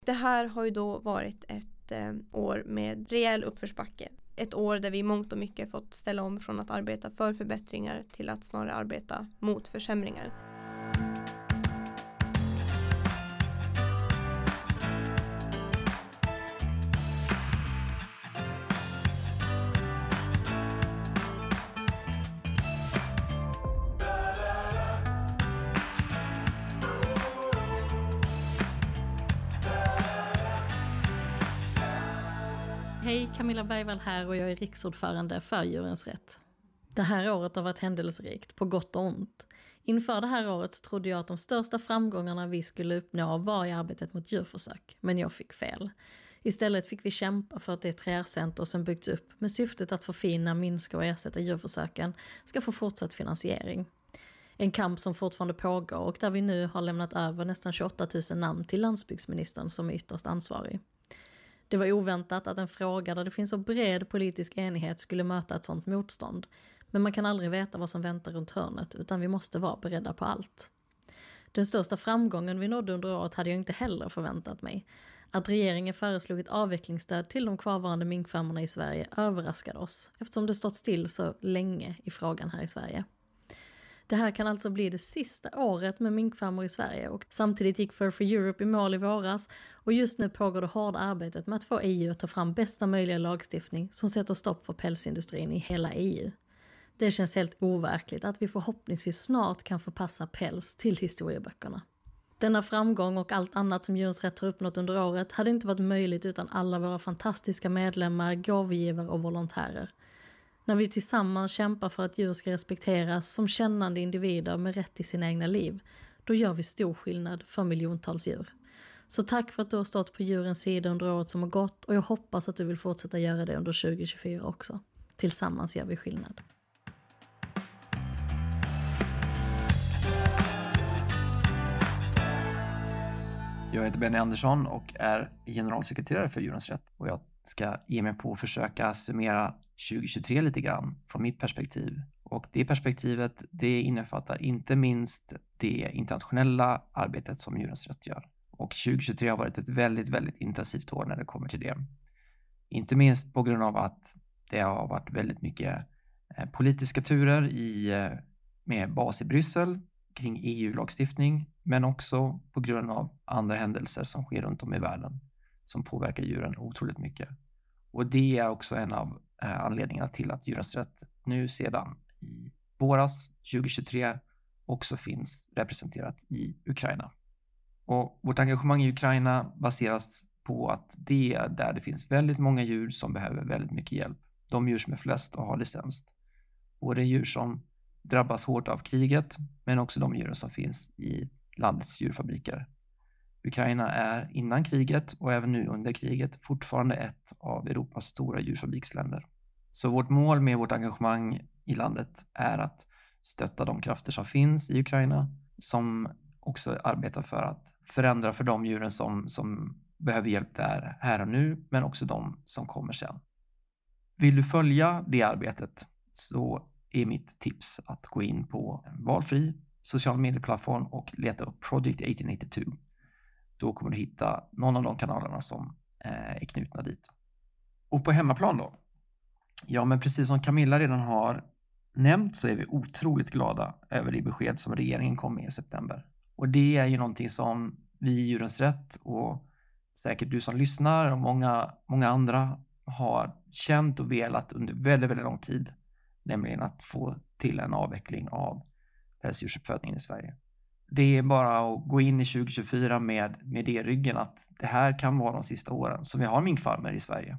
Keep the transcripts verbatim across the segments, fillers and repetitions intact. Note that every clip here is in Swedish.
det här har ju då varit ett eh, år med rejäl uppförsbacke. Ett år där vi i mångt och mycket fått ställa om från att arbeta för förbättringar till att snarare arbeta mot försämringar. Hej, Camilla Bergvall här och jag är riksordförande för Djurens Rätt. Det här året har varit händelserikt, på gott och ont. Inför det här året så trodde jag att de största framgångarna vi skulle uppnå var i arbetet mot djurförsök, men jag fick fel. Istället fick vi kämpa för att det träcenter som byggts upp med syftet att förfina, minska och ersätta djurförsöken ska få fortsatt finansiering. En kamp som fortfarande pågår och där vi nu har lämnat över nästan tjugoåtta tusen namn till landsbygdsministern som är ytterst ansvarig. Det var oväntat att en fråga där det finns så bred politisk enighet skulle möta ett sådant motstånd. Men man kan aldrig veta vad som väntar runt hörnet, utan vi måste vara beredda på allt. Den största framgången vi nådde under året hade jag inte heller förväntat mig. Att regeringen föreslog ett avvecklingsstöd till de kvarvarande minkfarmerna i Sverige överraskade oss, eftersom det stått still så länge i frågan här i Sverige. Det här kan alltså bli det sista året med minkfarmer i Sverige och samtidigt gick Fur for Europe i mål i våras och just nu pågår det hårda arbetet med att få E U att ta fram bästa möjliga lagstiftning som sätter stopp för pälsindustrin i hela E U. Det känns helt overkligt att vi förhoppningsvis snart kan få passa päls till historieböckerna. Denna framgång och allt annat som Djurens Rätt har uppnått under året hade inte varit möjligt utan alla våra fantastiska medlemmar, gåvogivare och volontärer. När vi tillsammans kämpar för att djur ska respekteras som kännande individer med rätt till sina egna liv, då gör vi stor skillnad för miljontals djur. Så tack för att du har stått på djurens sida under året som har gått och jag hoppas att du vill fortsätta göra det under tjugo tjugofyra också. Tillsammans gör vi skillnad. Jag heter Benny Andersson och är generalsekreterare för Djurens Rätt och jag ska ge mig på att försöka summera tjugo tjugotre lite grann från mitt perspektiv. Och det perspektivet, det innefattar inte minst det internationella arbetet som Djurens Rätt gör. Och tjugo tjugotre har varit ett väldigt, väldigt intensivt år när det kommer till det. Inte minst på grund av att det har varit väldigt mycket politiska turer i, med bas i Bryssel kring E U-lagstiftning, men också på grund av andra händelser som sker runt om i världen som påverkar djuren otroligt mycket. Och det är också en av eh, anledningarna till att Djurens Rätt nu sedan i våras tjugo tjugotre också finns representerat i Ukraina. Och vårt engagemang i Ukraina baseras på att det är där det finns väldigt många djur som behöver väldigt mycket hjälp. De djur som är flest och har det sämst. Både djur som drabbas hårt av kriget, men också de djur som finns i landets djurfabriker. Ukraina är innan kriget och även nu under kriget fortfarande ett av Europas stora djurfabriksländer. Så vårt mål med vårt engagemang i landet är att stötta de krafter som finns i Ukraina som också arbetar för att förändra för de djuren som, som behöver hjälp där här och nu, men också de som kommer sen. Vill du följa det arbetet så är mitt tips att gå in på en valfri social medieplattform och leta upp Project arton åttiotvå. Då kommer du hitta någon av de kanalerna som är knutna dit. Och på hemmaplan då? Ja, men precis som Camilla redan har nämnt så är vi otroligt glada över det besked som regeringen kom med i september. Och det är ju någonting som vi i Djurens Rätt och säkert du som lyssnar och många, många andra har känt och velat under väldigt, väldigt lång tid. Nämligen att få till en avveckling av pälsdjursuppfödningen i Sverige. Det är bara att gå in i tjugo tjugofyra med, med det i ryggen att det här kan vara de sista åren som vi har minkfarmer i Sverige.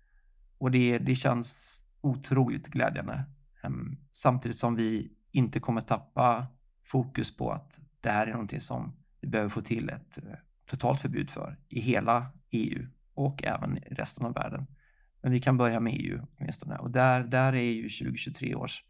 Och det, det känns otroligt glädjande. Um, samtidigt som vi inte kommer tappa fokus på att det här är någonting som vi behöver få till ett uh, totalt förbud för i hela E U och även i resten av världen. Men vi kan börja med E U åtminstone. Och där, där är ju tjugo tjugotre års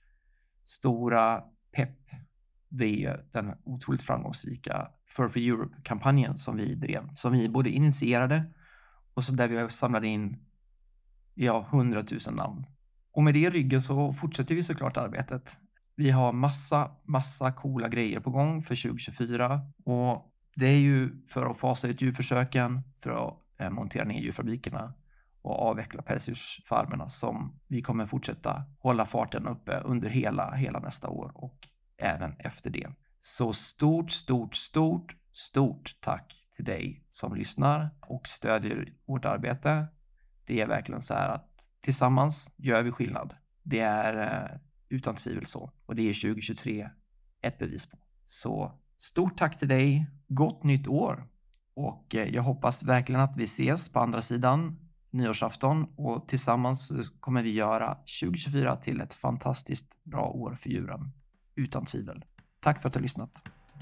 stora pepp. Det är den otroligt framgångsrika Fur for Europe-kampanjen som vi drev. Som vi både initierade och så där vi samlade in ja, hundratusen namn. Och med det i ryggen så fortsätter vi såklart arbetet. Vi har massa, massa coola grejer på gång för tjugo tjugofyra. Och Det är ju för att fasa ut djurförsöken, för att eh, montera ner djurfabrikerna och avveckla pälsdjursfarmerna som vi kommer fortsätta hålla farten uppe under hela, hela nästa år och även efter det. Så stort, stort, stort, stort tack till dig som lyssnar och stödjer vårt arbete. Det är verkligen så här att tillsammans gör vi skillnad. Det är eh, utan tvivel så. Och det är tjugo tjugotre ett bevis på. Så stort tack till dig. Gott nytt år. Och eh, jag hoppas verkligen att vi ses på andra sidan nyårsafton. Och tillsammans kommer vi göra tjugo tjugofyra till ett fantastiskt bra år för djuren. Utan tvivel. Tack för att du har lyssnat.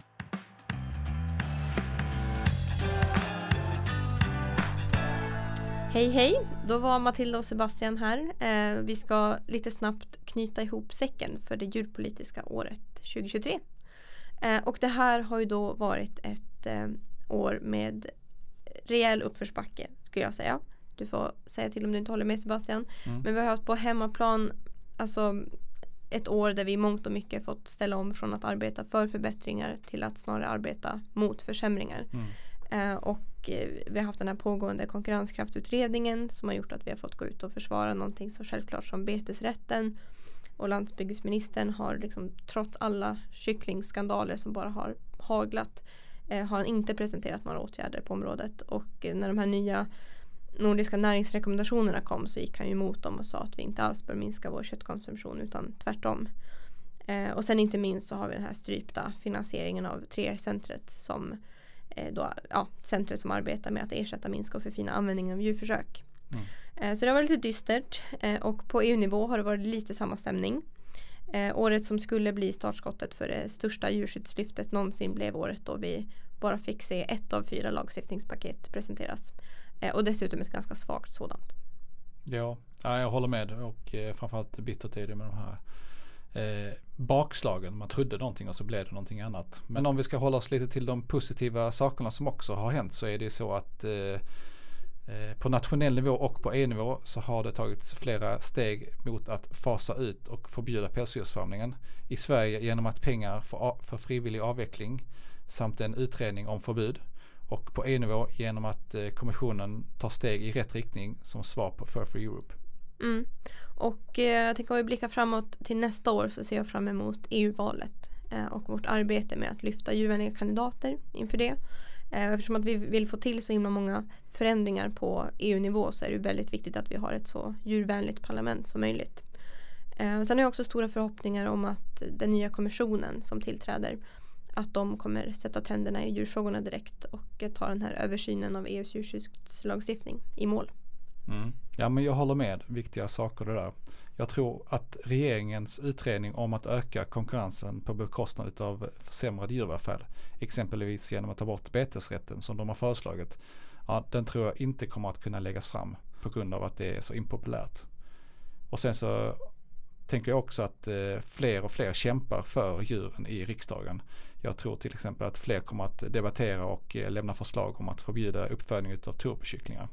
Hej hej, då var Matilda och Sebastian här. Eh, vi ska lite snabbt knyta ihop säcken för det djurpolitiska året tjugo tjugotre. Eh, och det här har ju då varit ett eh, år med rejäl uppförsbacke, skulle jag säga. Du får säga till om du inte håller med, Sebastian. Mm. Men vi har haft på hemmaplan alltså ett år där vi i mångt och mycket fått ställa om från att arbeta för förbättringar till att snarare arbeta mot försämringar. Mm. Eh, och eh, vi har haft den här pågående konkurrenskraftutredningen som har gjort att vi har fått gå ut och försvara någonting så självklart som betesrätten. Och landsbygdsministern har liksom, trots alla kycklingskandaler som bara har haglat, eh, har han inte presenterat några åtgärder på området. Och eh, när de här nya nordiska näringsrekommendationerna kom så gick han ju emot dem och sa att vi inte alls bör minska vår köttkonsumtion utan tvärtom. Eh, och sen inte minst så har vi den här strypta finansieringen av tre R-centret som eh, då, ja, centret som arbetar med att ersätta, minska och förfina användningen av djurförsök. Mm. Eh, så det har varit lite dystert eh, och på E U-nivå har det varit lite samma stämning. Eh, året som skulle bli startskottet för det största djurskyddslyftet någonsin blev året då vi bara fick se ett av fyra lagstiftningspaket presenteras. Eh, och dessutom ett ganska svagt sådant. Ja, jag håller med och eh, framförallt bittert är det med de här eh, bakslagen. Man trodde någonting och så blev det någonting annat. Men om vi ska hålla oss lite till de positiva sakerna som också har hänt så är det så att eh, på nationell nivå och på E U-nivå så har det tagits flera steg mot att fasa ut och förbjuda pälsdjursfarmningen i Sverige genom att pengar för, för frivillig avveckling samt en utredning om förbud, och på E U-nivå genom att eh, kommissionen tar steg i rätt riktning som svar på Fur for Europe. Mm. Och eh, jag tänker att vi blickar framåt till nästa år så ser jag fram emot E U-valet eh, och vårt arbete med att lyfta djurvänliga kandidater inför det. Eftersom att vi vill få till så himla många förändringar på E U-nivå så är det väldigt viktigt att vi har ett så djurvänligt parlament som möjligt. Eh, sen har jag också stora förhoppningar om att den nya kommissionen som tillträder, att de kommer sätta tänderna i djurfrågorna direkt och ta den här översynen av E U:s djurskyddslagstiftning i mål. Mm. Ja, men jag håller med. Viktiga saker det där. Jag tror att regeringens utredning om att öka konkurrensen på bekostnad av försämrad djurvälfärd, exempelvis genom att ta bort betesrätten som de har föreslagit, ja, den tror jag inte kommer att kunna läggas fram på grund av att det är så impopulärt. Och sen så tänker jag också att eh, fler och fler kämpar för djuren i riksdagen. Jag tror till exempel att fler kommer att debattera och eh, lämna förslag om att förbjuda uppfödning av turbokycklingar.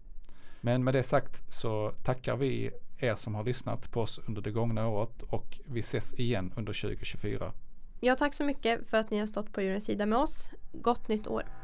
Men med det sagt så tackar vi er som har lyssnat på oss under det gångna året och vi ses igen under tjugo tjugofyra. Ja, tack så mycket för att ni har stått på djurens sida med oss. Gott nytt år!